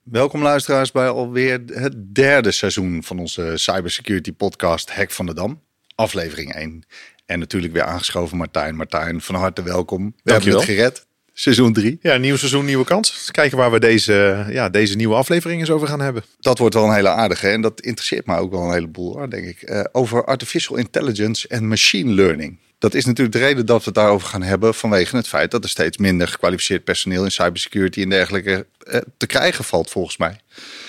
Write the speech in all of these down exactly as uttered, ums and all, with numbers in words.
Welkom luisteraars bij alweer het derde seizoen van onze cybersecurity podcast Hek van de Dam. Aflevering één. En natuurlijk weer aangeschoven Martijn. Martijn, van harte welkom. We hebben het gered. Seizoen drie. Ja, nieuw seizoen, nieuwe kans. Dus kijken waar we deze, ja, deze nieuwe aflevering eens over gaan hebben. Dat wordt wel een hele aardige. En dat interesseert mij ook wel een heleboel, hoor, denk ik. Uh, over artificial intelligence en machine learning. Dat is natuurlijk de reden dat we het daarover gaan hebben vanwege het feit dat er steeds minder gekwalificeerd personeel in cybersecurity en dergelijke uh, te krijgen valt volgens mij.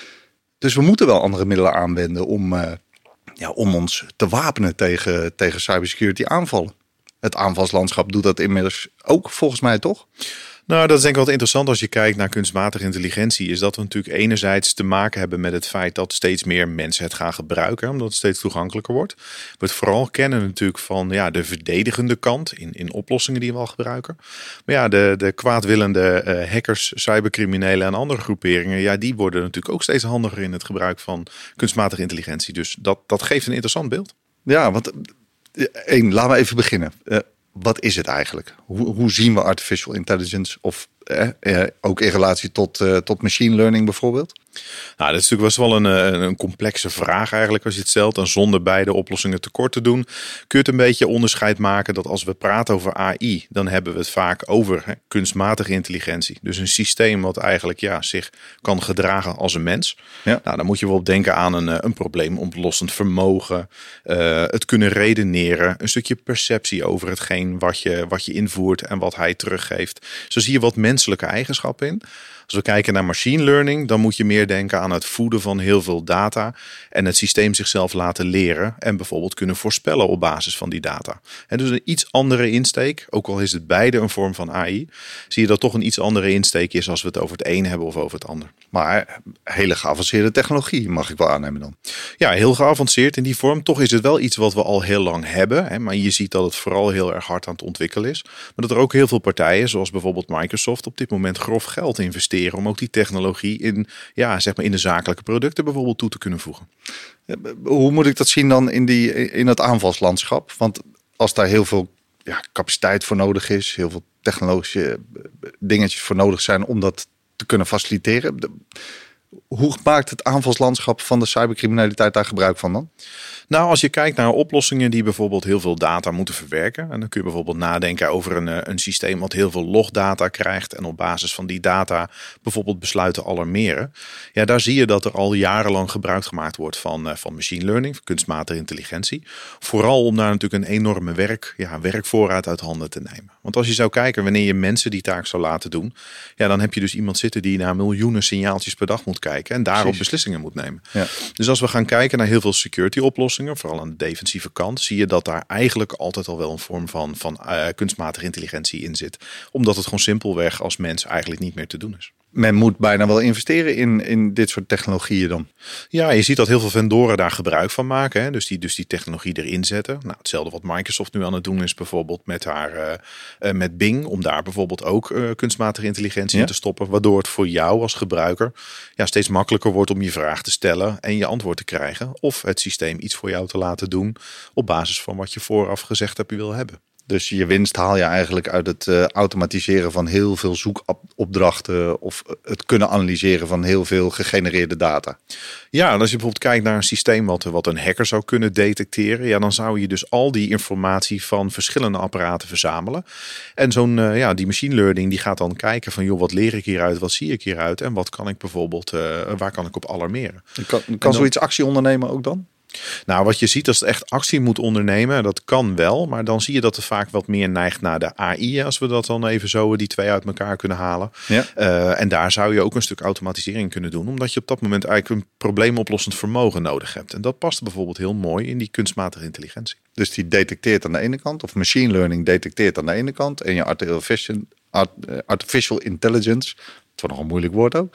Dus we moeten wel andere middelen aanwenden om, uh, ja, om ons te wapenen tegen, tegen cybersecurity aanvallen. Het aanvalslandschap doet dat inmiddels ook volgens mij, toch? Nou, dat is denk ik wel interessant als je kijkt naar kunstmatige intelligentie. Is dat we natuurlijk enerzijds te maken hebben met het feit dat steeds meer mensen het gaan gebruiken. Omdat het steeds toegankelijker wordt. We het vooral kennen natuurlijk van ja, de verdedigende kant in, in oplossingen die we al gebruiken. Maar ja, de, de kwaadwillende uh, hackers, cybercriminelen en andere groeperingen. Ja, die worden natuurlijk ook steeds handiger in het gebruik van kunstmatige intelligentie. Dus dat, dat geeft een interessant beeld. Ja, want één, laten we even beginnen. Uh, Wat is het eigenlijk? Hoe, hoe zien we artificial intelligence of eh, eh, ook in relatie tot, uh, tot machine learning bijvoorbeeld? Nou, dat is natuurlijk best wel een, een complexe vraag eigenlijk als je het stelt. En zonder beide oplossingen tekort te doen, kun je het een beetje onderscheid maken dat als we praten over A I, dan hebben we het vaak over hè, kunstmatige intelligentie. Dus een systeem wat eigenlijk ja, zich kan gedragen als een mens. Ja. Nou, dan moet je wel denken aan een, een probleemoplossend vermogen, uh, het kunnen redeneren, een stukje perceptie over hetgeen wat je, wat je invoert en wat hij teruggeeft. Zo zie je wat menselijke eigenschappen in. Als we kijken naar machine learning, dan moet je meer denken aan het voeden van heel veel data en het systeem zichzelf laten leren en bijvoorbeeld kunnen voorspellen op basis van die data. En dus een iets andere insteek, ook al is het beide een vorm van A I, zie je dat toch een iets andere insteek is als we het over het een hebben of over het ander. Maar hele geavanceerde technologie mag ik wel aannemen dan. Ja, heel geavanceerd in die vorm. Toch is het wel iets wat we al heel lang hebben. Hè, maar je ziet dat het vooral heel erg hard aan het ontwikkelen is. Maar dat er ook heel veel partijen, zoals bijvoorbeeld Microsoft, op dit moment grof geld investeren om ook die technologie in, ja, zeg maar in de zakelijke producten bijvoorbeeld toe te kunnen voegen. Hoe moet ik dat zien dan in, die, in het aanvalslandschap? Want als daar heel veel ja, capaciteit voor nodig is, heel veel technologische dingetjes voor nodig zijn om dat te kunnen faciliteren. Hoe maakt het aanvalslandschap van de cybercriminaliteit daar gebruik van dan? Nou, als je kijkt naar oplossingen die bijvoorbeeld heel veel data moeten verwerken. En dan kun je bijvoorbeeld nadenken over een, een systeem wat heel veel logdata krijgt. En op basis van die data bijvoorbeeld besluiten alarmeren. Ja, daar zie je dat er al jarenlang gebruik gemaakt wordt van, van machine learning, van kunstmatige intelligentie. Vooral om daar natuurlijk een enorme werk, ja, werkvoorraad uit handen te nemen. Want als je zou kijken wanneer je mensen die taak zou laten doen. Ja, dan heb je dus iemand zitten die naar miljoenen signaaltjes per dag moet kijken. En daarop Precies. beslissingen moet nemen. Ja. Dus als we gaan kijken naar heel veel security oplossingen, vooral aan de defensieve kant, zie je dat daar eigenlijk altijd al wel een vorm van, van uh, kunstmatige intelligentie in zit. Omdat het gewoon simpelweg als mens eigenlijk niet meer te doen is. Men moet bijna wel investeren in, in dit soort technologieën dan. Ja, je ziet dat heel veel vendoren daar gebruik van maken. Hè? Dus, die, dus die technologie erin zetten. Nou, hetzelfde wat Microsoft nu aan het doen is bijvoorbeeld met, haar, uh, uh, met Bing. Om daar bijvoorbeeld ook uh, kunstmatige intelligentie ja. in te stoppen. Waardoor het voor jou als gebruiker ja, steeds makkelijker wordt om je vraag te stellen en je antwoord te krijgen. Of het systeem iets voor jou te laten doen op basis van wat je vooraf gezegd hebt je wil hebben. Dus je winst haal je eigenlijk uit het uh, automatiseren van heel veel zoekopdrachten of het kunnen analyseren van heel veel gegenereerde data. Ja, en als je bijvoorbeeld kijkt naar een systeem wat, wat een hacker zou kunnen detecteren, ja, dan zou je dus al die informatie van verschillende apparaten verzamelen. En zo'n uh, ja, die machine learning die gaat dan kijken van joh, wat leer ik hieruit, wat zie ik hieruit en wat kan ik bijvoorbeeld, uh, waar kan ik op alarmeren? Kan, kan dan, zoiets actie ondernemen ook dan? Nou, wat je ziet als het echt actie moet ondernemen, dat kan wel. Maar dan zie je dat het vaak wat meer neigt naar de A I. Als we dat dan even zo die twee uit elkaar kunnen halen. Ja. Uh, en daar zou je ook een stuk automatisering kunnen doen. Omdat je op dat moment eigenlijk een probleemoplossend vermogen nodig hebt. En dat past bijvoorbeeld heel mooi in die kunstmatige intelligentie. Dus die detecteert aan de ene kant. Of machine learning detecteert aan de ene kant. En je artificial, art, artificial intelligence. Het is nog een moeilijk woord ook.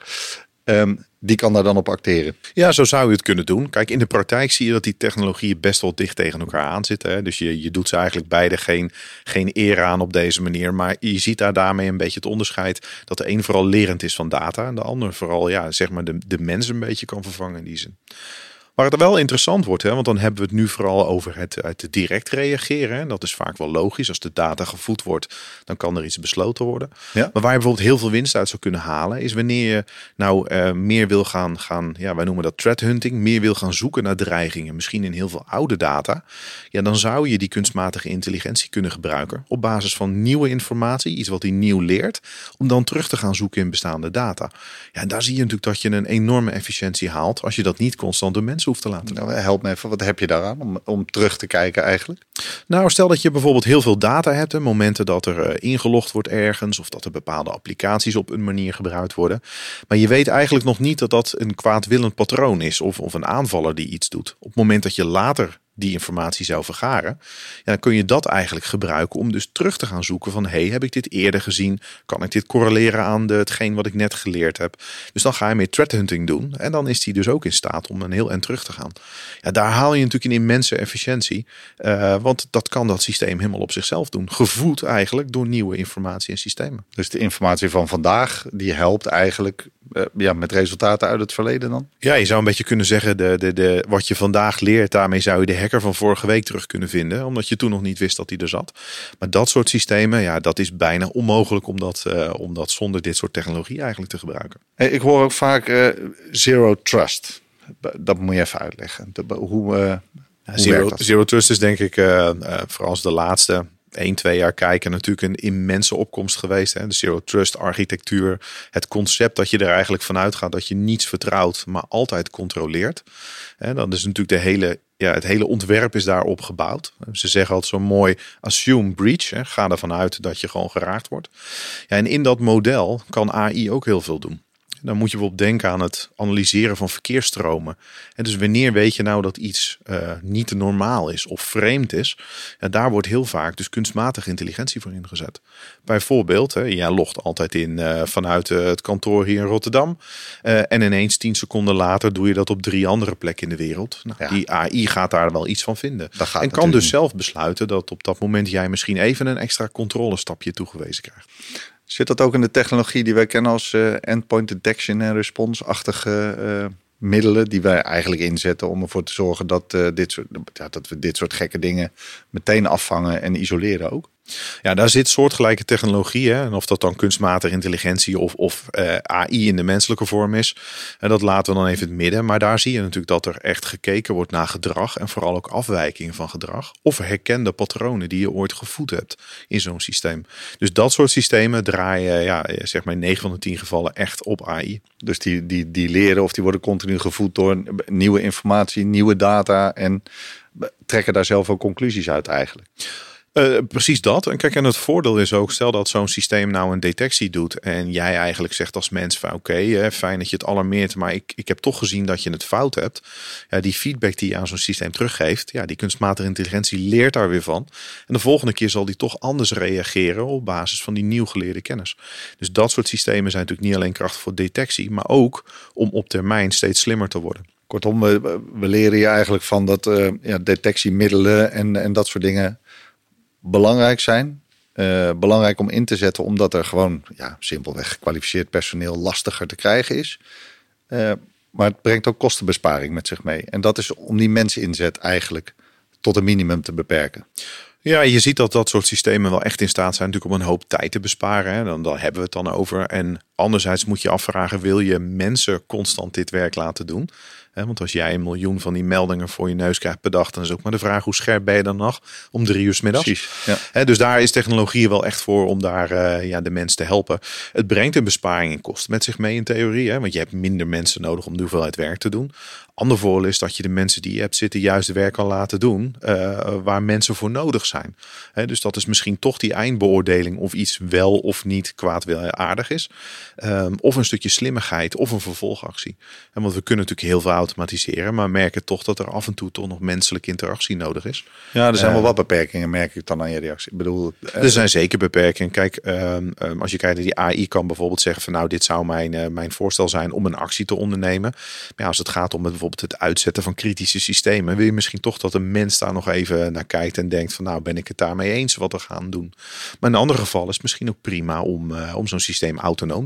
Um, die kan daar dan op acteren. Ja, zo zou je het kunnen doen. Kijk, in de praktijk zie je dat die technologieën best wel dicht tegen elkaar aanzitten. Hè? Dus je, je doet ze eigenlijk beide geen, geen eer aan op deze manier. Maar je ziet daar daarmee een beetje het onderscheid dat de een vooral lerend is van data. En de ander vooral ja, zeg maar de, de mens een beetje kan vervangen in die zin. Waar het wel interessant wordt, hè, want dan hebben we het nu vooral over het, het direct reageren. En dat is vaak wel logisch. Als de data gevoed wordt, dan kan er iets besloten worden. Ja. Maar waar je bijvoorbeeld heel veel winst uit zou kunnen halen, is wanneer je nou uh, meer wil gaan, gaan, ja, wij noemen dat threat hunting, meer wil gaan zoeken naar dreigingen. Misschien in heel veel oude data. Ja, dan zou je die kunstmatige intelligentie kunnen gebruiken op basis van nieuwe informatie, iets wat hij nieuw leert, om dan terug te gaan zoeken in bestaande data. Ja, en daar zie je natuurlijk dat je een enorme efficiëntie haalt als je dat niet constant door mensen hoeft te laten. Nou, help me even, wat heb je daaraan om, om terug te kijken eigenlijk? Nou, stel dat je bijvoorbeeld heel veel data hebt, hè, momenten dat er uh, ingelogd wordt ergens of dat er bepaalde applicaties op een manier gebruikt worden. Maar je weet eigenlijk nog niet dat dat een kwaadwillend patroon is of, of een aanvaller die iets doet. Op het moment dat je later die informatie zou vergaren, ja, dan kun je dat eigenlijk gebruiken om dus terug te gaan zoeken van, hey, heb ik dit eerder gezien? Kan ik dit correleren aan de, hetgeen wat ik net geleerd heb? Dus dan ga je meer threat hunting doen en dan is die dus ook in staat om een heel eind terug te gaan. Ja, daar haal je natuurlijk een immense efficiëntie, uh, want dat kan dat systeem helemaal op zichzelf doen. Gevoed eigenlijk door nieuwe informatie en systemen. Dus de informatie van vandaag, die helpt eigenlijk uh, ja, met resultaten uit het verleden dan? Ja, je zou een beetje kunnen zeggen, de, de, de, wat je vandaag leert, daarmee zou je de hacker van vorige week terug kunnen vinden, omdat je toen nog niet wist dat hij er zat. Maar dat soort systemen, ja, dat is bijna onmogelijk om dat, uh, om dat zonder dit soort technologie eigenlijk te gebruiken. Ik hoor ook vaak uh, zero trust. Dat moet je even uitleggen. De, hoe, uh, hoe zero, zero trust is denk ik, uh, uh, vooral als de laatste één, twee jaar kijken, natuurlijk een immense opkomst geweest. Hè? De zero trust architectuur. Het concept dat je er eigenlijk vanuit gaat dat je niets vertrouwt, maar altijd controleert. En dat is natuurlijk de hele, ja, het hele ontwerp is daarop gebouwd. Ze zeggen altijd zo mooi, assume breach. Hè? Ga ervan uit dat je gewoon geraakt wordt. Ja, en in dat model kan A I ook heel veel doen. Dan moet je bijvoorbeeld denken aan het analyseren van verkeersstromen. En dus wanneer weet je nou dat iets uh, niet normaal is of vreemd is? En daar wordt heel vaak dus kunstmatige intelligentie voor ingezet. Bijvoorbeeld, hè, jij logt altijd in uh, vanuit uh, het kantoor hier in Rotterdam. Uh, en ineens tien seconden later doe je dat op drie andere plekken in de wereld. Nou, ja. Die A I gaat daar wel iets van vinden. En kan dus zelf besluiten dat op dat moment jij misschien even een extra controlestapje toegewezen krijgt. Zit dat ook in de technologie die wij kennen als uh, endpoint detection en response-achtige uh, middelen die wij eigenlijk inzetten om ervoor te zorgen dat, uh, dit soort, ja, dat we dit soort gekke dingen meteen afvangen en isoleren ook? Ja, daar zit soortgelijke technologie. Hè? En of dat dan kunstmatige intelligentie of, of uh, A I in de menselijke vorm is. En dat laten we dan even in het midden. Maar daar zie je natuurlijk dat er echt gekeken wordt naar gedrag. En vooral ook afwijkingen van gedrag. Of herkende patronen die je ooit gevoed hebt in zo'n systeem. Dus dat soort systemen draaien ja, zeg maar in negen van de tien gevallen echt op A I. Dus die, die, die leren of die worden continu gevoed door nieuwe informatie, nieuwe data. En trekken daar zelf ook conclusies uit eigenlijk. Uh, precies dat. En kijk, en het voordeel is ook, stel dat zo'n systeem nou een detectie doet en jij eigenlijk zegt als mens van oké, okay, fijn dat je het alarmeert, maar ik, ik heb toch gezien dat je het fout hebt. Ja, die feedback die je aan zo'n systeem teruggeeft, ja, die kunstmatige intelligentie leert daar weer van. En de volgende keer zal die toch anders reageren op basis van die nieuw geleerde kennis. Dus dat soort systemen zijn natuurlijk niet alleen krachtig voor detectie, maar ook om op termijn steeds slimmer te worden. Kortom, we, we leren je eigenlijk van dat uh, ja, detectiemiddelen en, en dat soort dingen belangrijk zijn. Uh, belangrijk om in te zetten, omdat er gewoon ja, simpelweg gekwalificeerd personeel lastiger te krijgen is. Uh, maar het brengt ook kostenbesparing met zich mee. En dat is om die menseninzet eigenlijk tot een minimum te beperken. Ja, je ziet dat dat soort systemen wel echt in staat zijn natuurlijk om een hoop tijd te besparen. Hè. Dan, dan hebben we het dan over. En anderzijds moet je afvragen, wil je mensen constant dit werk laten doen? He, want als jij een miljoen van die meldingen voor je neus krijgt per dag, dan is ook maar de vraag hoe scherp ben je dan nog om drie uur 's middags. Precies, ja. He, dus daar is technologie wel echt voor om daar uh, ja, de mens te helpen. Het brengt een besparing in kosten met zich mee in theorie. Hè, want je hebt minder mensen nodig om de hoeveelheid werk te doen. Ander voordeel is dat je de mensen die je hebt zitten juist de werk kan laten doen uh, waar mensen voor nodig zijn. He, dus dat is misschien toch die eindbeoordeling of iets wel of niet kwaadaardig is. Um, of een stukje slimmigheid of een vervolgactie. En want we kunnen natuurlijk heel veel automatiseren, maar merken toch dat er af en toe toch nog menselijke interactie nodig is. Ja, er zijn uh, wel wat beperkingen, merk ik dan aan je reactie. Ik bedoel, er zijn zeker beperkingen. Kijk, um, um, als je kijkt naar die A I kan bijvoorbeeld zeggen van nou, dit zou mijn, uh, mijn voorstel zijn om een actie te ondernemen. Maar ja, als het gaat om het, bijvoorbeeld het uitzetten van kritische systemen, wil je misschien toch dat een mens daar nog even naar kijkt en denkt van nou, ben ik het daarmee eens wat we gaan doen. Maar in een ander geval is het misschien ook prima om, uh, om zo'n systeem autonoom te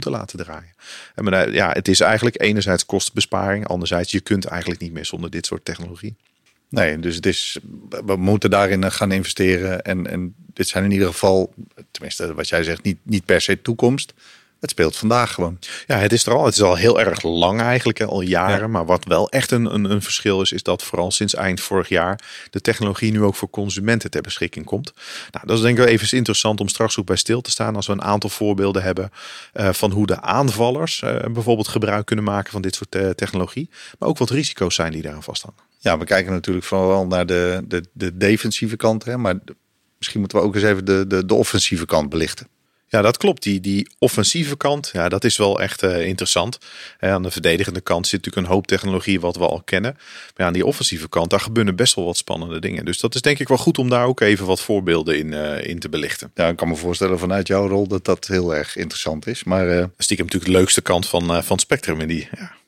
te laten draaien. En maar, ja, het is eigenlijk enerzijds kostenbesparing, anderzijds je kunt eigenlijk niet meer zonder dit soort technologie. Nee, dus het is, we moeten daarin gaan investeren. En, en dit zijn in ieder geval, tenminste wat jij zegt, niet, niet per se toekomst. Het speelt vandaag gewoon. Ja, het is er al. Het is al heel erg lang eigenlijk, al jaren. Ja. Maar wat wel echt een, een, een verschil is, is dat vooral sinds eind vorig jaar de technologie nu ook voor consumenten ter beschikking komt. Nou, dat is denk ik wel even interessant om straks ook bij stil te staan als we een aantal voorbeelden hebben uh, van hoe de aanvallers uh, bijvoorbeeld gebruik kunnen maken van dit soort uh, technologie. Maar ook wat risico's zijn die daaraan vasthangen. Ja, we kijken natuurlijk vooral naar de, de, de defensieve kant. Hè, maar de, misschien moeten we ook eens even de, de, de offensieve kant belichten. Ja, dat klopt. Die, die offensieve kant, ja, dat is wel echt uh, interessant. En aan de verdedigende kant zit natuurlijk een hoop technologie wat we al kennen. Maar ja, aan die offensieve kant, daar gebeuren best wel wat spannende dingen. Dus dat is denk ik wel goed om daar ook even wat voorbeelden in, uh, in te belichten. Ja, ik kan me voorstellen vanuit jouw rol dat dat heel erg interessant is. Maar uh... stiekem natuurlijk de leukste kant van, uh, van het spectrum in die. Ja,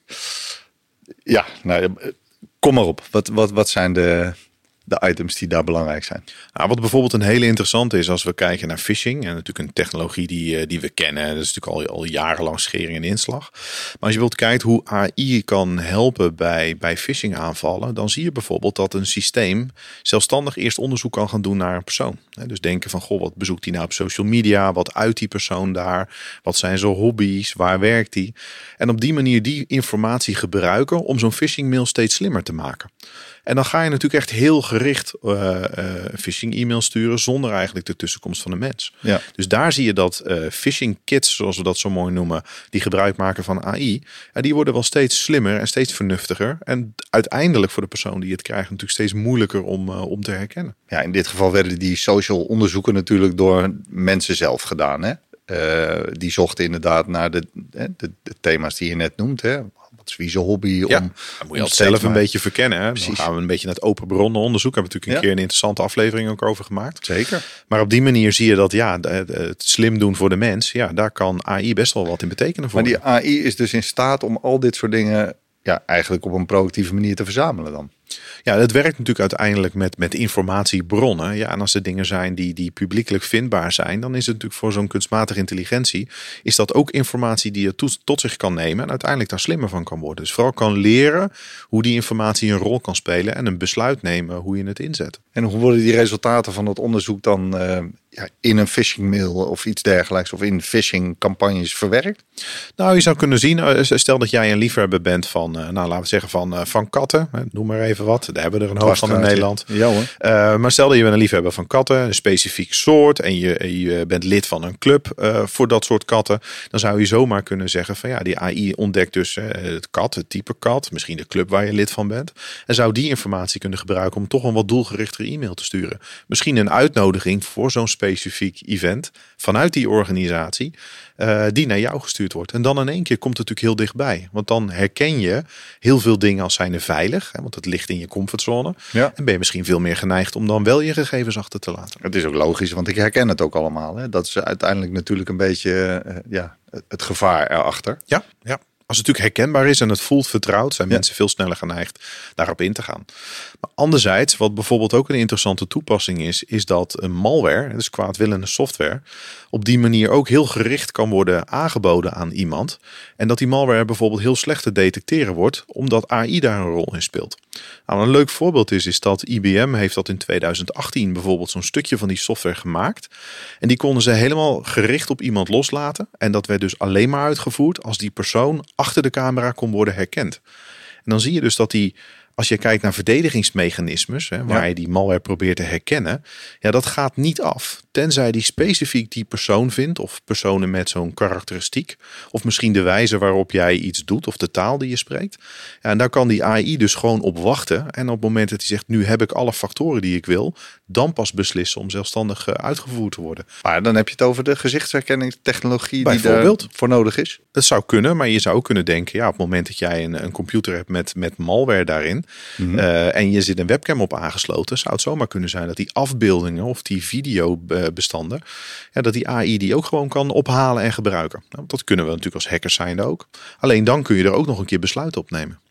ja nou, kom maar op. Wat, wat, wat zijn de... de items die daar belangrijk zijn? Nou, wat bijvoorbeeld een hele interessante is als we kijken naar phishing. En natuurlijk een technologie die, die we kennen. Dat is natuurlijk al, al jarenlang schering en inslag. Maar als je wilt kijken hoe A I kan helpen bij, bij phishing aanvallen. Dan zie je bijvoorbeeld dat een systeem zelfstandig eerst onderzoek kan gaan doen naar een persoon. Dus denken van, goh, wat bezoekt hij nou op social media? Wat uit die persoon daar? Wat zijn zijn hobby's? Waar werkt hij? En op die manier die informatie gebruiken om zo'n phishing mail steeds slimmer te maken. En dan ga je natuurlijk echt heel gericht uh, uh, phishing e-mails sturen zonder eigenlijk de tussenkomst van de mens. Ja. Dus daar zie je dat uh, phishing kits, zoals we dat zo mooi noemen, die gebruik maken van A I, uh, die worden wel steeds slimmer en steeds vernuftiger. En uiteindelijk voor de persoon die het krijgt natuurlijk steeds moeilijker om, uh, om te herkennen. Ja, in dit geval werden die social onderzoeken natuurlijk door mensen zelf gedaan, hè? Uh, die zochten inderdaad naar de, de, de thema's die je net noemt, hè? Wat is wie zijn hobby? Ja, om, dan moet je het zelf een beetje verkennen. Hè? Dan gaan we een beetje naar het open bronnen onderzoek. Daar hebben we natuurlijk een ja. keer een interessante aflevering ook over gemaakt. Zeker. Maar op die manier zie je dat ja, het slim doen voor de mens, ja, daar kan A I best wel wat in betekenen voor. Maar die A I is dus in staat om al dit soort dingen ja, eigenlijk op een proactieve manier te verzamelen dan. Ja, het werkt natuurlijk uiteindelijk met, met informatiebronnen. Ja, en als er dingen zijn die, die publiekelijk vindbaar zijn, dan is het natuurlijk voor zo'n kunstmatige intelligentie, is dat ook informatie die je to, tot zich kan nemen en uiteindelijk daar slimmer van kan worden. Dus vooral kan leren hoe die informatie een rol kan spelen en een besluit nemen hoe je het inzet. En hoe worden die resultaten van dat onderzoek dan uh, ja, in een phishing mail of iets dergelijks of in phishing campagnes verwerkt? Nou, je zou kunnen zien, stel dat jij een liefhebber bent van, nou laten we zeggen van, van katten, noem maar even wat. Daar hebben we er een hoop van in Nederland. Ja, hoor. Uh, maar stel dat je bent een liefhebber van katten, een specifiek soort en je, je bent lid van een club uh, voor dat soort katten. Dan zou je zomaar kunnen zeggen van ja, die A I ontdekt dus uh, het kat, het type kat, misschien de club waar je lid van bent. En zou die informatie kunnen gebruiken om toch een wat doelgerichtere e-mail te sturen. Misschien een uitnodiging voor zo'n specifiek event vanuit die organisatie uh, die naar jou gestuurd wordt. En dan in één keer komt het natuurlijk heel dichtbij. Want dan herken je heel veel dingen als zijnde veilig. Hè, want het ligt in je comfortzone. Ja. En ben je misschien veel meer geneigd om dan wel je gegevens achter te laten. Het is ook logisch, want ik herken het ook allemaal. Hè. Dat is uiteindelijk natuurlijk een beetje uh, ja, het gevaar erachter. Ja, ja. Als het natuurlijk herkenbaar is en het voelt vertrouwd, zijn ja. mensen veel sneller geneigd daarop in te gaan. Maar anderzijds, wat bijvoorbeeld ook een interessante toepassing is, is dat een malware, dus kwaadwillende software, op die manier ook heel gericht kan worden aangeboden aan iemand. En dat die malware bijvoorbeeld heel slecht te detecteren wordt, omdat A I daar een rol in speelt. Nou, een leuk voorbeeld is, is dat I B M heeft dat in tweeduizend achttien bijvoorbeeld zo'n stukje van die software gemaakt. En die konden ze helemaal gericht op iemand loslaten. En dat werd dus alleen maar uitgevoerd als die persoon achter de camera kon worden herkend. En dan zie je dus dat die, als je kijkt naar verdedigingsmechanismes, hè, waar ja. je die malware probeert te herkennen, ja, dat gaat niet af. Tenzij die specifiek die persoon vindt, of personen met zo'n karakteristiek, of misschien de wijze waarop jij iets doet, of de taal die je spreekt. Ja, en daar kan die A I dus gewoon op wachten. En op het moment dat hij zegt, nu heb ik alle factoren die ik wil, dan pas beslissen om zelfstandig uitgevoerd te worden. Maar dan heb je het over de gezichtsherkenningstechnologie die daarvoor nodig is? Dat zou kunnen, maar je zou ook kunnen denken, ja, op het moment dat jij een, een computer hebt met, met malware daarin, mm-hmm. uh, en je zit een webcam op aangesloten, zou het zomaar kunnen zijn dat die afbeeldingen of die videobestanden, ja, dat die A I die ook gewoon kan ophalen en gebruiken. Nou, dat kunnen we natuurlijk als hackers zijnde ook. Alleen dan kun je er ook nog een keer besluiten op nemen.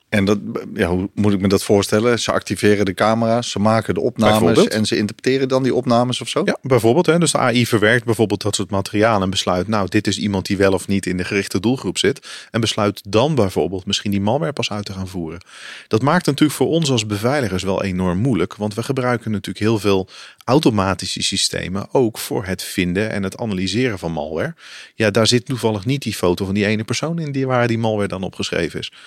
En dat, ja, hoe moet ik me dat voorstellen? Ze activeren de camera's, ze maken de opnames en ze interpreteren dan die opnames of zo? Ja, bijvoorbeeld. Hè, dus de A I verwerkt bijvoorbeeld dat soort materiaal en besluit, nou, dit is iemand die wel of niet in de gerichte doelgroep zit. En besluit dan bijvoorbeeld misschien die malware pas uit te gaan voeren. Dat maakt natuurlijk voor ons als beveiligers wel enorm moeilijk. Want we gebruiken natuurlijk heel veel automatische systemen ook voor het vinden en het analyseren van malware. Ja, daar zit toevallig niet die foto van die ene persoon in die waar die malware dan op geschreven is.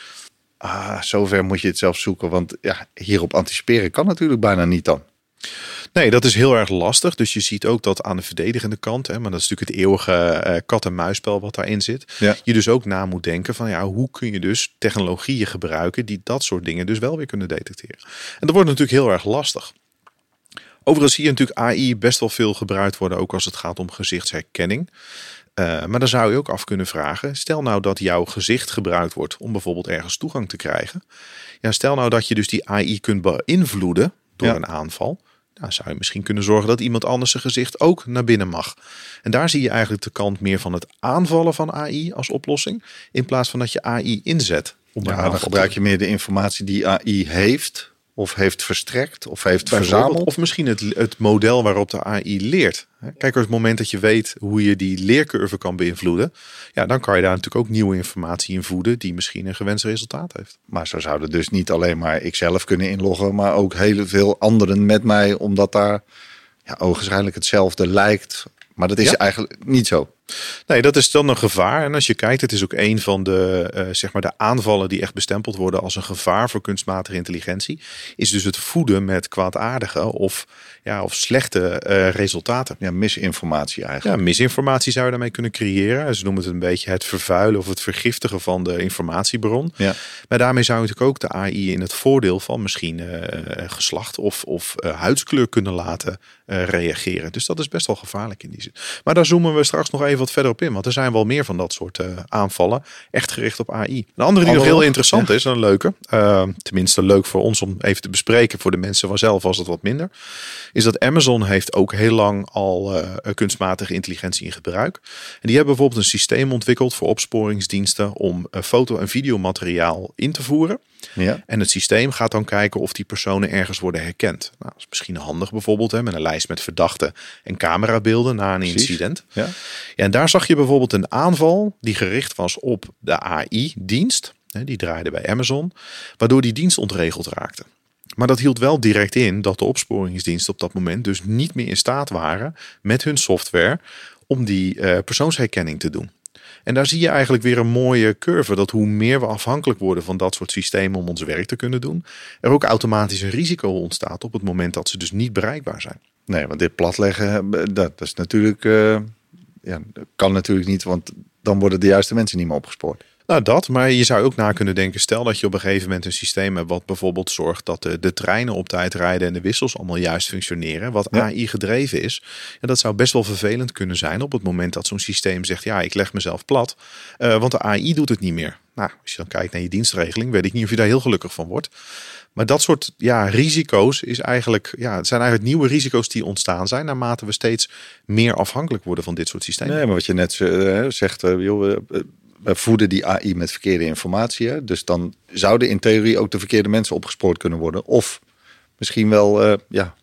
Ah, zover moet je het zelf zoeken. Want ja, hierop anticiperen kan natuurlijk bijna niet dan. Nee, dat is heel erg lastig. Dus je ziet ook dat aan de verdedigende kant, hè, maar dat is natuurlijk het eeuwige uh, kat-en-muisspel wat daarin zit. Ja. Je dus ook na moet denken van ja, hoe kun je dus technologieën gebruiken die dat soort dingen dus wel weer kunnen detecteren. En dat wordt natuurlijk heel erg lastig. Overigens zie je natuurlijk A I best wel veel gebruikt worden, ook als het gaat om gezichtsherkenning. Uh, maar dan zou je ook af kunnen vragen, stel nou dat jouw gezicht gebruikt wordt om bijvoorbeeld ergens toegang te krijgen. Ja, stel nou dat je dus die A I kunt beïnvloeden door ja. een aanval. Nou, zou je misschien kunnen zorgen dat iemand anders zijn gezicht ook naar binnen mag. En daar zie je eigenlijk de kant meer van het aanvallen van A I als oplossing, in plaats van dat je A I inzet. Om ja, dan gebruik je meer de informatie die A I heeft. Of heeft verstrekt, of heeft verzameld. Of misschien het, het model waarop de A I leert. Kijk, op het moment dat je weet hoe je die leercurve kan beïnvloeden, ja, dan kan je daar natuurlijk ook nieuwe informatie in voeden die misschien een gewenst resultaat heeft. Maar zo zouden dus niet alleen maar ik zelf kunnen inloggen, maar ook heel veel anderen met mij, omdat daar ja, ogenschijnlijk hetzelfde lijkt. Maar dat is ja. eigenlijk niet zo. Nee, dat is dan een gevaar. En als je kijkt, het is ook een van de, uh, zeg maar de aanvallen die echt bestempeld worden als een gevaar voor kunstmatige intelligentie. Is dus het voeden met kwaadaardige of, ja, of slechte uh, resultaten. Ja, misinformatie eigenlijk. Ja, misinformatie zou je daarmee kunnen creëren. Ze noemen het een beetje het vervuilen of het vergiftigen van de informatiebron. Ja. Maar daarmee zou je natuurlijk ook de A I in het voordeel van misschien uh, geslacht of, of uh, huidskleur kunnen laten uh, reageren. Dus dat is best wel gevaarlijk in die zin. Maar daar zoomen we straks nog even wat verder op in. Want er zijn wel meer van dat soort uh, aanvallen. Echt gericht op A I. Een andere die nog heel interessant ja. is. Een leuke. Uh, tenminste leuk voor ons om even te bespreken. Voor de mensen vanzelf was het wat minder. Is dat Amazon heeft ook heel lang al uh, kunstmatige intelligentie in gebruik. En die hebben bijvoorbeeld een systeem ontwikkeld voor opsporingsdiensten. Om uh, foto- en videomateriaal in te voeren. Ja. En het systeem gaat dan kijken of die personen ergens worden herkend. Nou, dat is misschien handig bijvoorbeeld. Hè, met een lijst met verdachten en camerabeelden na een Precies. incident. Ja. Ja, en daar zag je bijvoorbeeld een aanval die gericht was op de A I-dienst. Die draaide bij Amazon. Waardoor die dienst ontregeld raakte. Maar dat hield wel direct in dat de opsporingsdiensten op dat moment dus niet meer in staat waren met hun software om die uh, persoonsherkenning te doen. En daar zie je eigenlijk weer een mooie curve. Dat hoe meer we afhankelijk worden van dat soort systemen om ons werk te kunnen doen, er ook automatisch een risico ontstaat op het moment dat ze dus niet bereikbaar zijn. Nee, want dit platleggen, dat, dat is natuurlijk, uh, ja, kan natuurlijk niet, want dan worden de juiste mensen niet meer opgespoord. Nou dat, maar je zou ook na kunnen denken, stel dat je op een gegeven moment een systeem hebt wat bijvoorbeeld zorgt dat de, de treinen op tijd rijden en de wissels allemaal juist functioneren, wat ja. A I gedreven is. En dat zou best wel vervelend kunnen zijn op het moment dat zo'n systeem zegt, ja, ik leg mezelf plat, uh, want de A I doet het niet meer. Nou, als je dan kijkt naar je dienstregeling, weet ik niet of je daar heel gelukkig van wordt. Maar dat soort ja, risico's is eigenlijk, ja, het zijn eigenlijk nieuwe risico's die ontstaan zijn naarmate we steeds meer afhankelijk worden van dit soort systemen. Nee, maar wat je net uh, zegt, uh, joh, uh, we voeden die A I met verkeerde informatie. Hè? Dus dan zouden in theorie ook de verkeerde mensen opgespoord kunnen worden. Of misschien wel uh, ja,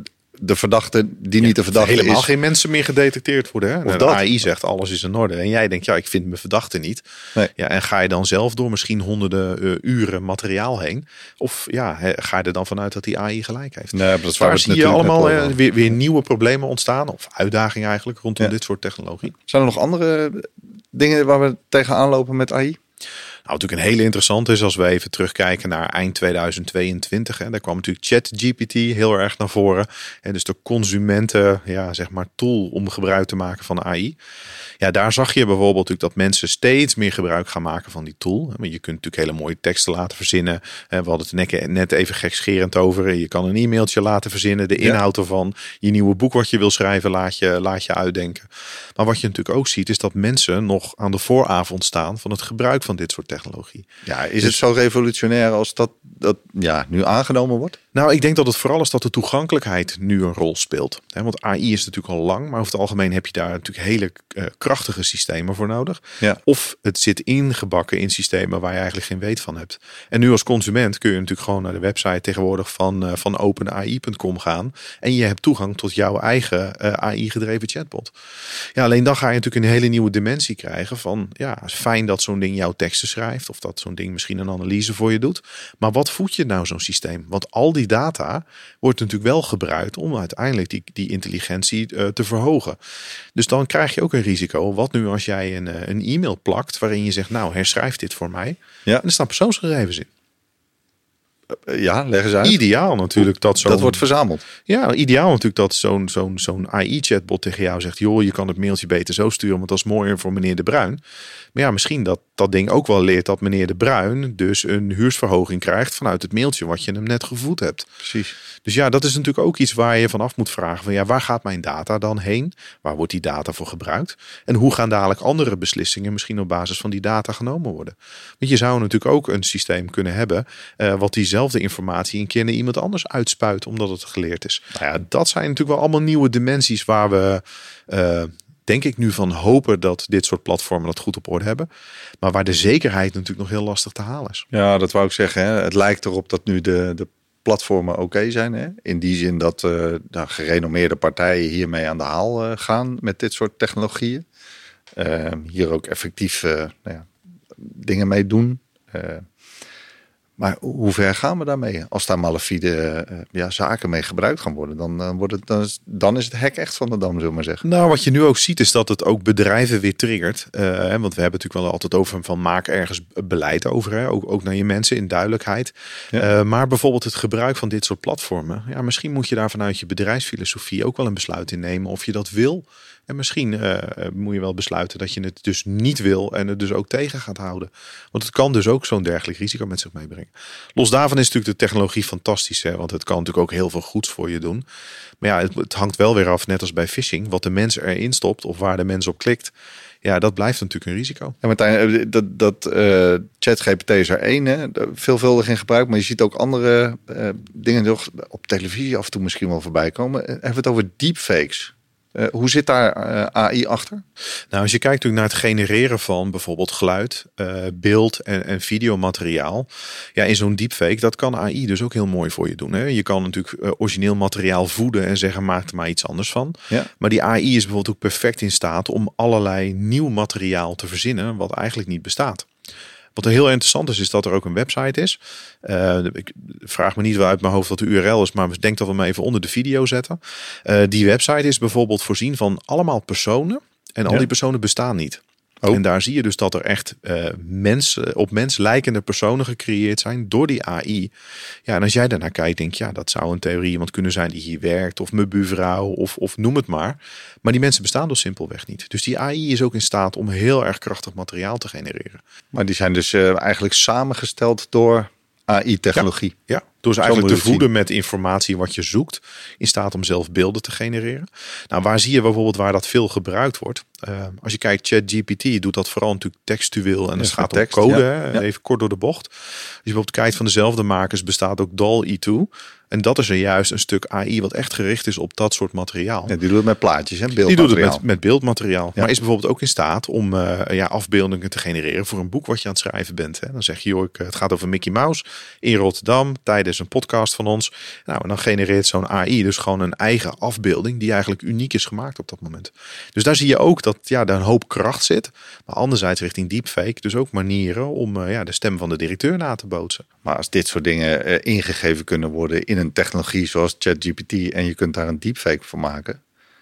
de verdachte die ja, niet de verdachte helemaal is. Helemaal geen mensen meer gedetecteerd worden. Hè? Of de dat. A I zegt alles is in orde. En jij denkt, ja, ik vind mijn verdachte niet. Nee. Ja, en ga je dan zelf door misschien honderden uh, uren materiaal heen? Of ja, he, ga je er dan vanuit dat die A I gelijk heeft? Nee, maar dat is waar Daar zie je allemaal uh, weer, weer nieuwe problemen ontstaan. Of uitdagingen eigenlijk rondom ja. dit soort technologie. Zijn er nog andere dingen waar we tegenaan lopen met A I? Nou, natuurlijk een hele interessante is als we even terugkijken naar eind tweeduizend tweeëntwintig. Hè, daar kwam natuurlijk ChatGPT heel erg naar voren. En dus de consumenten, ja, zeg maar, tool om gebruik te maken van A I. Ja, daar zag je bijvoorbeeld natuurlijk dat mensen steeds meer gebruik gaan maken van die tool. Je kunt natuurlijk hele mooie teksten laten verzinnen. We hadden het net even gekscherend over. Je kan een e-mailtje laten verzinnen. De inhoud ja. ervan. Je nieuwe boek wat je wil schrijven, laat je, laat je uitdenken. Maar wat je natuurlijk ook ziet is dat mensen nog aan de vooravond staan van het gebruik van dit soort technologie. technologie. Ja, is dus, het zo revolutionair als dat, dat ja, nu aangenomen wordt? Nou, ik denk dat het vooral is dat de toegankelijkheid nu een rol speelt. Want A I is natuurlijk al lang, maar over het algemeen heb je daar natuurlijk hele uh, krachtige systemen voor nodig. Ja. Of het zit ingebakken in systemen waar je eigenlijk geen weet van hebt. En nu als consument kun je natuurlijk gewoon naar de website tegenwoordig van, uh, van open A I punt com gaan. En je hebt toegang tot jouw eigen uh, A I-gedreven chatbot. Ja, alleen dan ga je natuurlijk een hele nieuwe dimensie krijgen van, ja, fijn dat zo'n ding jouw teksten schrijft. Of dat zo'n ding misschien een analyse voor je doet. Maar wat voedt je nou zo'n systeem? Want al die data wordt natuurlijk wel gebruikt om uiteindelijk die, die intelligentie uh, te verhogen. Dus dan krijg je ook een risico. Wat nu als jij een, een e-mail plakt waarin je zegt, nou, herschrijf dit voor mij. Ja. En er staan persoonsgegevens in. Uh, ja, leg eens uit. Ideaal natuurlijk dat zo'n... Dat wordt verzameld. Ja, ideaal natuurlijk dat zo'n zo'n zo'n A I-chatbot tegen jou zegt, joh, je kan het mailtje beter zo sturen, want dat is mooier voor meneer De Bruin. Maar ja, misschien dat dat ding ook wel leert dat meneer De Bruin dus een huursverhoging krijgt vanuit het mailtje wat je hem net gevoed hebt. Precies. Dus ja, dat is natuurlijk ook iets waar je vanaf moet vragen van, ja, waar gaat mijn data dan heen? Waar wordt die data voor gebruikt? En hoe gaan dadelijk andere beslissingen misschien op basis van die data genomen worden? Want je zou natuurlijk ook een systeem kunnen hebben uh, wat diezelfde informatie een keer naar iemand anders uitspuit omdat het geleerd is. Nou ja, dat zijn natuurlijk wel allemaal nieuwe dimensies waar we... Uh, denk ik nu van hopen dat dit soort platformen dat goed op orde hebben. Maar waar de zekerheid natuurlijk nog heel lastig te halen is. Ja, dat wou ik zeggen. Hè. Het lijkt erop dat nu de, de platformen oké okay zijn. Hè. In die zin dat uh, nou, gerenommeerde partijen hiermee aan de haal uh, gaan met dit soort technologieën. Uh, hier ook effectief uh, nou ja, dingen mee doen. Uh, Maar hoe ver gaan we daarmee? Als daar malafide uh, ja, zaken mee gebruikt gaan worden, dan, uh, wordt het, dan, is, dan is het hek echt van de dam, zullen we maar zeggen. Nou, wat je nu ook ziet is dat het ook bedrijven weer triggert. Uh, want we hebben natuurlijk wel altijd over van maak ergens beleid over. Hè? Ook, ook naar je mensen in duidelijkheid. Ja. Uh, maar bijvoorbeeld het gebruik van dit soort platformen. Ja, misschien moet je daar vanuit je bedrijfsfilosofie ook wel een besluit in nemen of je dat wil. En misschien uh, moet je wel besluiten dat je het dus niet wil en het dus ook tegen gaat houden. Want het kan dus ook zo'n dergelijk risico met zich meebrengen. Los daarvan is natuurlijk de technologie fantastisch. Hè? Want het kan natuurlijk ook heel veel goeds voor je doen. Maar ja, het, het hangt wel weer af, net als bij phishing. Wat de mens erin stopt of waar de mens op klikt. Ja, dat blijft natuurlijk een risico. En Martijn, dat, dat uh, ChatGPT is er één, hè? Veelvuldig in gebruik. Maar je ziet ook andere uh, dingen nog op televisie af en toe misschien wel voorbij komen. Hebben we het over deepfakes? Uh, hoe zit daar uh, A I achter? Nou, als je kijkt natuurlijk naar het genereren van bijvoorbeeld geluid, uh, beeld en, en videomateriaal. Ja, in zo'n deepfake, dat kan A I dus ook heel mooi voor je doen. Hè? Je kan natuurlijk uh, origineel materiaal voeden en zeggen, maak er maar iets anders van. Ja. Maar die A I is bijvoorbeeld ook perfect in staat om allerlei nieuw materiaal te verzinnen wat eigenlijk niet bestaat. Wat er heel interessant is, is dat er ook een website is. Uh, ik vraag me niet wel uit mijn hoofd wat de U R L is, maar ik denk dat we hem even onder de video zetten. Uh, die website is bijvoorbeeld voorzien van allemaal personen. En al ja. die personen bestaan niet. Oh. En daar zie je dus dat er echt uh, mensen, op mens lijkende personen gecreëerd zijn door die A I. Ja, en als jij daarnaar kijkt, denk je, ja, dat zou een theorie iemand kunnen zijn die hier werkt, of mijn buurvrouw, of, of noem het maar. Maar die mensen bestaan dus simpelweg niet. Dus die A I is ook in staat om heel erg krachtig materiaal te genereren. Maar die zijn dus uh, eigenlijk samengesteld door A I-technologie. Ja, ja. Door ze eigenlijk te voeden met informatie wat je zoekt. In staat om zelf beelden te genereren. Nou, waar zie je bijvoorbeeld waar dat veel gebruikt wordt? Uh, als je kijkt, ChatGPT doet dat vooral natuurlijk textueel. En het gaat om code, ja. Ja. Even kort door de bocht. Als je bijvoorbeeld kijkt van dezelfde makers bestaat ook D A L L-E twee. En dat is er juist een stuk A I wat echt gericht is op dat soort materiaal. Ja, die doet het met plaatjes en beeldmateriaal. Die doet het met, met beeldmateriaal. Ja. Maar is bijvoorbeeld ook in staat om uh, ja, afbeeldingen te genereren voor een boek wat je aan het schrijven bent. Hè. Dan zeg je, joh, ik, het gaat over Mickey Mouse in Rotterdam tijdens een podcast van ons. Nou, en dan genereert zo'n A I dus gewoon een eigen afbeelding die eigenlijk uniek is gemaakt op dat moment. Dus daar zie je ook dat ja, daar een hoop kracht zit. Maar anderzijds richting deepfake dus ook manieren om uh, ja, de stem van de directeur na te bootsen. Maar als dit soort dingen uh, ingegeven kunnen worden in een technologie zoals ChatGPT en je kunt daar een deepfake van maken,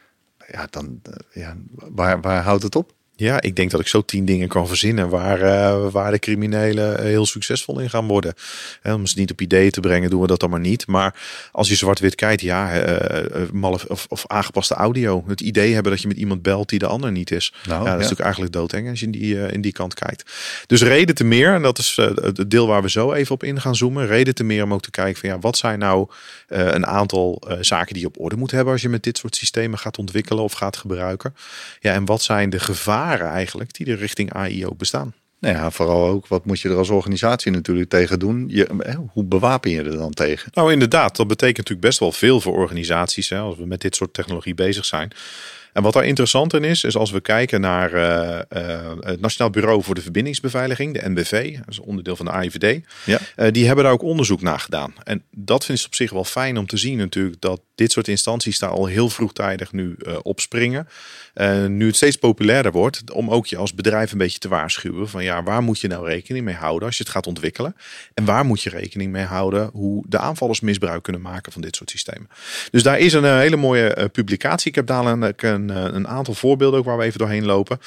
ja, dan uh, ja, waar, waar houdt het op? Ja, ik denk dat ik zo tien dingen kan verzinnen waar, uh, waar de criminelen heel succesvol in gaan worden. En om ze niet op ideeën te brengen, doen we dat dan maar niet. Maar als je zwart-wit kijkt, ja, uh, uh, mal of, of aangepaste audio. Het idee hebben dat je met iemand belt die de ander niet is. Nou, ja, dat ja. is natuurlijk eigenlijk doodeng als je in die, uh, in die kant kijkt. Dus reden te meer, en dat is uh, het deel waar we zo even op in gaan zoomen. Reden te meer om ook te kijken van ja, wat zijn nou uh, een aantal uh, zaken die je op orde moet hebben als je met dit soort systemen gaat ontwikkelen of gaat gebruiken. Ja, en wat zijn de gevaren eigenlijk die er richting A I ook bestaan. Nou ja, vooral ook, wat moet je er als organisatie natuurlijk tegen doen? Je, hoe bewapen je er dan tegen? Nou inderdaad, dat betekent natuurlijk best wel veel voor organisaties, hè, als we met dit soort technologie bezig zijn. En wat daar interessant in is, is als we kijken naar uh, uh, het Nationaal Bureau voor de Verbindingsbeveiliging, de N B V, dat is een onderdeel van de A I V D. Ja. Uh, die hebben daar ook onderzoek naar gedaan. En dat vind ik op zich wel fijn om te zien natuurlijk, dat dit soort instanties daar al heel vroegtijdig nu uh, opspringen. Uh, nu het steeds populairder wordt, om ook je als bedrijf een beetje te waarschuwen van ja, waar moet je nou rekening mee houden als je het gaat ontwikkelen? En waar moet je rekening mee houden hoe de aanvallers misbruik kunnen maken van dit soort systemen? Dus daar is een uh, hele mooie uh, publicatie. Ik heb daar een, een Een aantal voorbeelden ook waar we even doorheen lopen.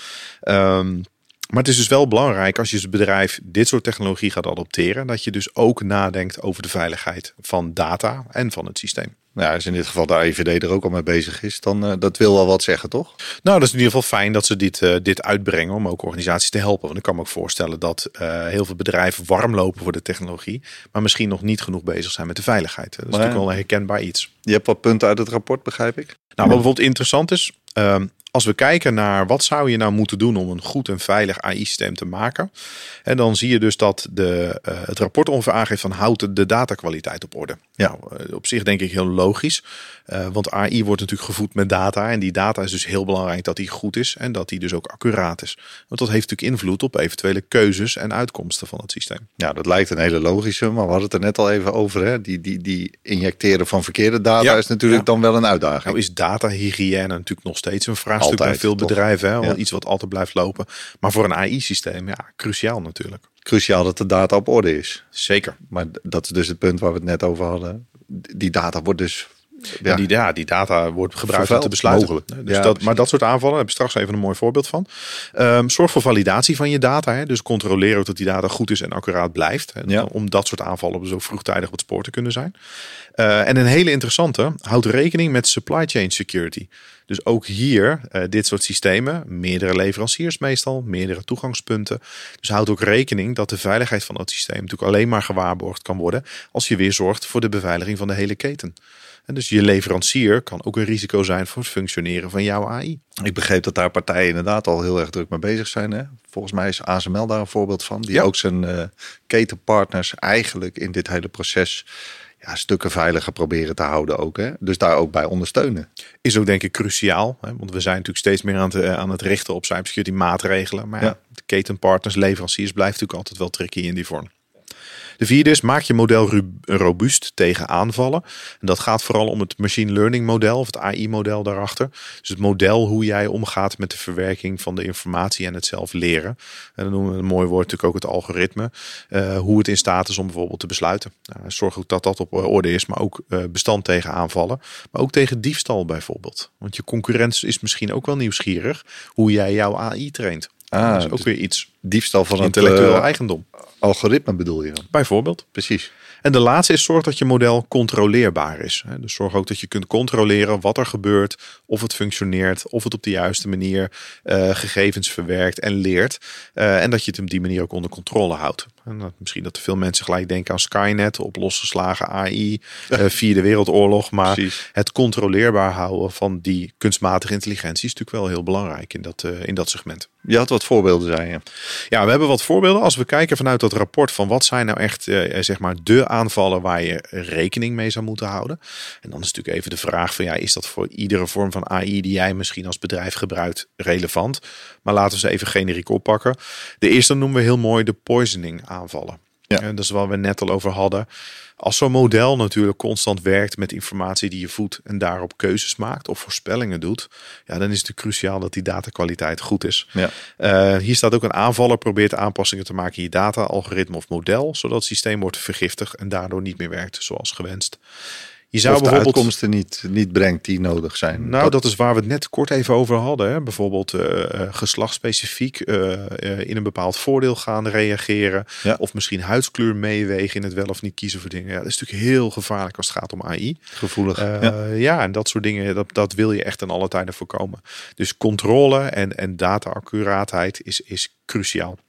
Um, maar het is dus wel belangrijk als je als bedrijf dit soort technologie gaat adopteren, dat je dus ook nadenkt over de veiligheid van data en van het systeem. Nou, als in dit geval de A I V D er ook al mee bezig is, dan uh, dat wil wel wat zeggen, toch? Nou, dat is in ieder geval fijn dat ze dit, uh, dit uitbrengen om ook organisaties te helpen. Want ik kan me ook voorstellen dat uh, heel veel bedrijven warm lopen voor de technologie, maar misschien nog niet genoeg bezig zijn met de veiligheid. Dat is maar, natuurlijk wel een herkenbaar iets. Je hebt wat punten uit het rapport, begrijp ik? Nou, wat bijvoorbeeld interessant is, uh, als we kijken naar wat zou je nou moeten doen om een goed en veilig A I-systeem te maken. En dan zie je dus dat de, uh, het rapport ongeveer aangeeft van houdt de datakwaliteit op orde. Ja. Nou, uh, op zich denk ik heel logisch. Uh, want A I wordt natuurlijk gevoed met data. En die data is dus heel belangrijk dat die goed is. En dat die dus ook accuraat is. Want dat heeft natuurlijk invloed op eventuele keuzes en uitkomsten van het systeem. Ja, dat lijkt een hele logische. Maar we hadden het er net al even over. Hè? Die, die, die injecteren van verkeerde data ja. is natuurlijk ja. dan wel een uitdaging. Nou is datahygiëne natuurlijk nog steeds een vraagstuk bij veel toch? bedrijven. Hè? Ja. Iets wat altijd blijft lopen. Maar voor een A I-systeem, ja, cruciaal natuurlijk. Cruciaal dat de data op orde is. Zeker. Maar dat is dus het punt waar we het net over hadden. Die data wordt dus... Ja. Die, ja, die data wordt gebruikt om te besluiten. Mogelijk. Dus ja, dat, maar dat soort aanvallen, daar heb je straks even een mooi voorbeeld van. Um, zorg voor validatie van je data. Hè. Dus controleer ook dat die data goed is en accuraat blijft. Hè. Ja. Om dat soort aanvallen zo vroegtijdig op het spoor te kunnen zijn. Uh, en een hele interessante, houd rekening met supply chain security. Dus ook hier, uh, dit soort systemen, meerdere leveranciers meestal, meerdere toegangspunten. Dus houd ook rekening dat de veiligheid van dat systeem natuurlijk alleen maar gewaarborgd kan worden als je weer zorgt voor de beveiliging van de hele keten. En dus je leverancier kan ook een risico zijn voor het functioneren van jouw A I. Ik begreep dat daar partijen inderdaad al heel erg druk mee bezig zijn. Hè? Volgens mij is A S M L daar een voorbeeld van. Die ja. ook zijn uh, ketenpartners eigenlijk in dit hele proces ja, stukken veiliger proberen te houden ook. Hè? Dus daar ook bij ondersteunen. Is ook denk ik cruciaal. Hè? Want we zijn natuurlijk steeds meer aan het, uh, aan het richten op cybersecurity maatregelen. Maar ja. Ja, de ketenpartners, leveranciers blijft natuurlijk altijd wel tricky in die vorm. De vierde is, maak je model robuust tegen aanvallen. En dat gaat vooral om het machine learning model of het A I-model daarachter. Dus het model hoe jij omgaat met de verwerking van de informatie en het zelf leren. En dan noemen we een mooi woord natuurlijk ook het algoritme. Uh, hoe het in staat is om bijvoorbeeld te besluiten. Nou, zorg ook dat dat op orde is, maar ook uh, bestand tegen aanvallen. Maar ook tegen diefstal bijvoorbeeld. Want je concurrent is misschien ook wel nieuwsgierig hoe jij jouw A I traint. Ah, dat is ook dus weer iets. Diefstal van intellectueel het, uh, eigendom. Algoritme bedoel je dan? Bijvoorbeeld. Precies. En de laatste is, zorg dat je model controleerbaar is. Dus zorg ook dat je kunt controleren wat er gebeurt, of het functioneert, of het op de juiste manier uh, gegevens verwerkt en leert. Uh, en dat je het op die manier ook onder controle houdt. En dat, misschien dat veel mensen gelijk denken aan Skynet, op losgeslagen A I, uh, Vierde Wereldoorlog. Maar Precies. Het controleerbaar houden van die kunstmatige intelligentie is natuurlijk wel heel belangrijk in dat, uh, in dat segment. Je had wat voorbeelden, zei je. Ja, we hebben wat voorbeelden. Als we kijken vanuit dat rapport van wat zijn nou echt uh, zeg maar de aanvallen waar je rekening mee zou moeten houden. En dan is natuurlijk even de vraag van ja, is dat voor iedere vorm van A I die jij misschien als bedrijf gebruikt relevant? Maar laten we ze even generiek oppakken. De eerste noemen we heel mooi de poisoning aanvallen. Ja. En dat is waar we net al over hadden. Als zo'n model natuurlijk constant werkt met informatie die je voedt en daarop keuzes maakt of voorspellingen doet, ja, dan is het cruciaal dat die datakwaliteit goed is. Ja. Uh, hier staat ook een aanvaller probeert aanpassingen te maken in je data, algoritme of model, zodat het systeem wordt vergiftigd en daardoor niet meer werkt zoals gewenst. Je zou of de bijvoorbeeld uitkomsten niet, niet brengt die nodig zijn. Nou, dat... dat is waar we het net kort even over hadden. Hè. Bijvoorbeeld uh, geslachtsspecifiek uh, uh, in een bepaald voordeel gaan reageren. Ja. Of misschien huidskleur meewegen in het wel of niet kiezen voor dingen. Ja, dat is natuurlijk heel gevaarlijk als het gaat om A I. Gevoelig. Uh, ja. ja, en dat soort dingen, dat, dat wil je echt aan alle tijden voorkomen. Dus controle en, en data-accuraatheid is, is cruciaal.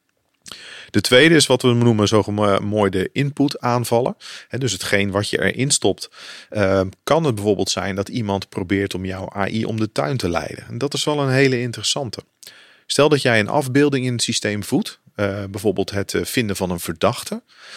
De tweede is wat we noemen zo mooi de input aanvallen. En dus hetgeen wat je erin stopt. Uh, kan het bijvoorbeeld zijn dat iemand probeert om jouw A I om de tuin te leiden. En dat is wel een hele interessante. Stel dat jij een afbeelding in het systeem voedt. uh, bijvoorbeeld het uh, vinden van een verdachte.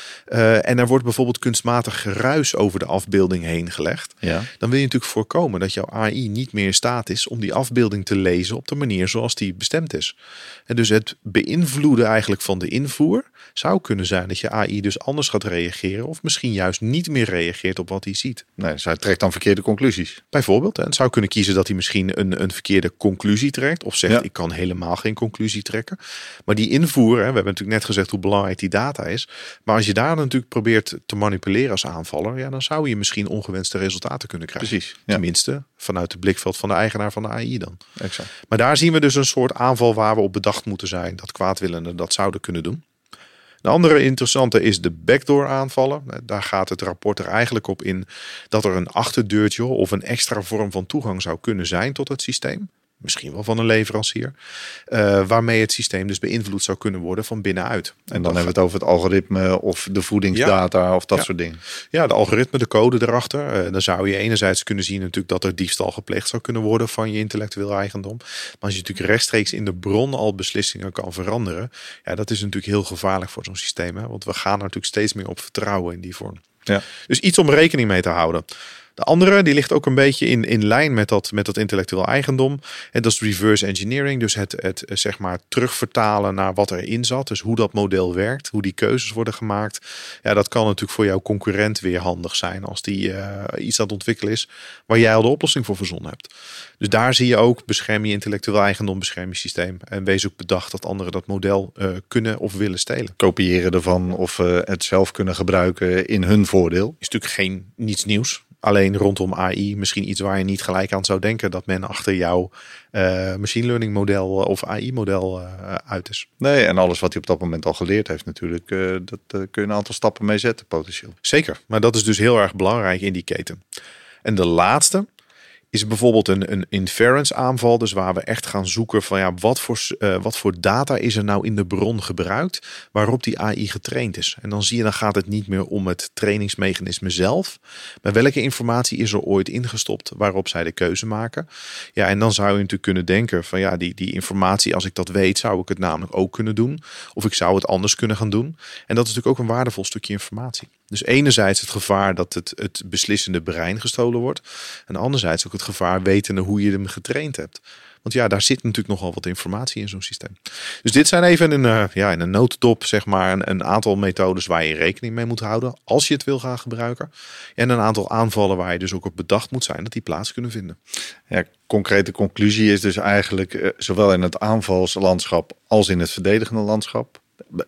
Uh, en er wordt bijvoorbeeld kunstmatig geruis over de afbeelding heen gelegd. Ja. Dan wil je natuurlijk voorkomen dat jouw A I niet meer in staat is om die afbeelding te lezen op de manier zoals die bestemd is. En dus het beïnvloeden eigenlijk van de invoer zou kunnen zijn dat je A I dus anders gaat reageren of misschien juist niet meer reageert op wat hij ziet. Nee, dus hij trekt dan verkeerde conclusies. Bijvoorbeeld, hè, het zou kunnen kiezen dat hij misschien een, een verkeerde conclusie trekt of zegt Ja. ik kan helemaal geen conclusie trekken. Maar die invoer, hè, we hebben natuurlijk net gezegd hoe belangrijk die data is. Maar als je daar natuurlijk probeert te manipuleren als aanvaller, ja, dan zou je misschien ongewenste resultaten kunnen krijgen. Precies. Ja. Tenminste, vanuit het blikveld van de eigenaar van de A I dan. Exact. Maar daar zien we dus een soort aanval waar we op bedacht moeten zijn dat kwaadwillenden dat zouden kunnen doen. De andere interessante is de backdoor aanvallen. Daar gaat het rapport er eigenlijk op in dat er een achterdeurtje of een extra vorm van toegang zou kunnen zijn tot het systeem. Misschien wel van een leverancier. Uh, waarmee het systeem dus beïnvloed zou kunnen worden van binnenuit. En dan, dan hebben we het over het algoritme of de voedingsdata ja. of dat ja. soort dingen. Ja, de algoritme, de code erachter. Uh, dan zou je enerzijds kunnen zien natuurlijk dat er diefstal gepleegd zou kunnen worden van je intellectueel eigendom. Maar als je natuurlijk rechtstreeks in de bron al beslissingen kan veranderen. Ja, dat is natuurlijk heel gevaarlijk voor zo'n systeem. Hè? Want we gaan er natuurlijk steeds meer op vertrouwen in die vorm. Ja. Dus iets om rekening mee te houden. De andere die ligt ook een beetje in, in lijn met dat, met dat intellectueel eigendom. En dat is reverse engineering. Dus het, het zeg maar terugvertalen naar wat erin zat. Dus hoe dat model werkt. Hoe die keuzes worden gemaakt. Ja, dat kan natuurlijk voor jouw concurrent weer handig zijn. Als die uh, iets aan het ontwikkelen is waar jij al de oplossing voor verzonnen hebt. Dus daar zie je ook bescherm je intellectueel eigendom, bescherm je systeem. En wees ook bedacht dat anderen dat model uh, kunnen of willen stelen. Kopiëren ervan of uh, het zelf kunnen gebruiken in hun voordeel. Is natuurlijk geen niets nieuws. Alleen rondom A I misschien iets waar je niet gelijk aan zou denken dat men achter jouw uh, machine learning model of A I model uh, uit is. Nee, en alles wat hij op dat moment al geleerd heeft natuurlijk, uh, dat uh, kun je een aantal stappen mee zetten potentieel. Zeker, maar dat is dus heel erg belangrijk in die keten. En de laatste is bijvoorbeeld een, een inference aanval. Dus waar we echt gaan zoeken van ja, wat voor, uh, wat voor data is er nou in de bron gebruikt waarop die A I getraind is. En dan zie je, dan gaat het niet meer om het trainingsmechanisme zelf. Maar welke informatie is er ooit ingestopt waarop zij de keuze maken. Ja, en dan zou je natuurlijk kunnen denken van ja, die, die informatie, als ik dat weet, zou ik het namelijk ook kunnen doen. Of ik zou het anders kunnen gaan doen. En dat is natuurlijk ook een waardevol stukje informatie. Dus enerzijds het gevaar dat het, het beslissende brein gestolen wordt. En anderzijds ook het gevaar wetende hoe je hem getraind hebt. Want ja, daar zit natuurlijk nogal wat informatie in zo'n systeem. Dus dit zijn even in een, ja, in een notendop zeg maar een, een aantal methodes waar je rekening mee moet houden als je het wil gaan gebruiken. En een aantal aanvallen waar je dus ook op bedacht moet zijn dat die plaats kunnen vinden. Ja, concrete conclusie is dus eigenlijk uh, zowel in het aanvalslandschap als in het verdedigende landschap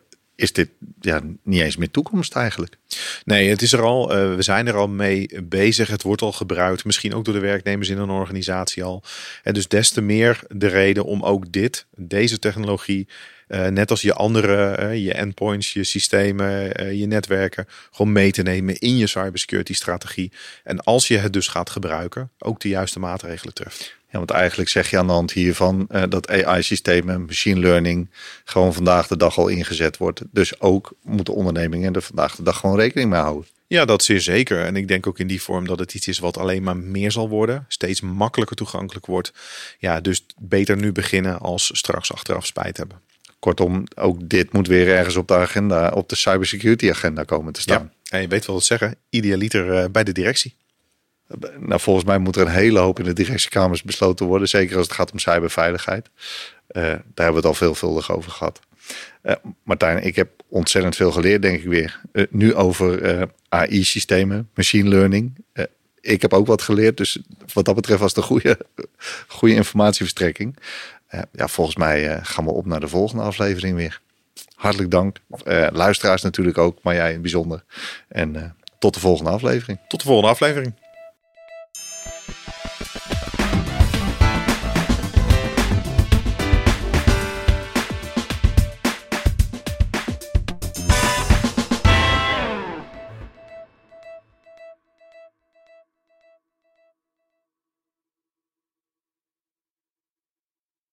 is dit ja, niet eens meer toekomst eigenlijk. Nee, het is er al. Uh, we zijn er al mee bezig. Het wordt al gebruikt. Misschien ook door de werknemers in een organisatie al. En dus des te meer de reden om ook dit, deze technologie, uh, net als je andere, uh, je endpoints, je systemen, uh, je netwerken, gewoon mee te nemen in je cybersecurity strategie. En als je het dus gaat gebruiken, ook de juiste maatregelen treft. Ja, want eigenlijk zeg je aan de hand hiervan uh, dat A I-systemen, machine learning, gewoon vandaag de dag al ingezet wordt. Dus ook moeten ondernemingen er vandaag de dag gewoon rekening mee houden. Ja, dat zeer zeker. En ik denk ook in die vorm dat het iets is wat alleen maar meer zal worden. Steeds makkelijker toegankelijk wordt. Ja, dus beter nu beginnen als straks achteraf spijt hebben. Kortom, ook dit moet weer ergens op de agenda, op de cybersecurity agenda komen te staan. Ja, en je weet wel wat zeggen. Idealiter bij de directie. Nou, volgens mij moet er een hele hoop in de directiekamers besloten worden. Zeker als het gaat om cyberveiligheid. Uh, daar hebben we het al veelvuldig over gehad. Uh, Martijn, ik heb ontzettend veel geleerd, denk ik weer. Uh, nu over uh, A I-systemen, machine learning. Uh, ik heb ook wat geleerd. Dus wat dat betreft was het een goede, goede informatieverstrekking. Uh, ja, volgens mij uh, gaan we op naar de volgende aflevering weer. Hartelijk dank. Uh, luisteraars natuurlijk ook, maar jij in het bijzonder. En uh, tot de volgende aflevering. Tot de volgende aflevering.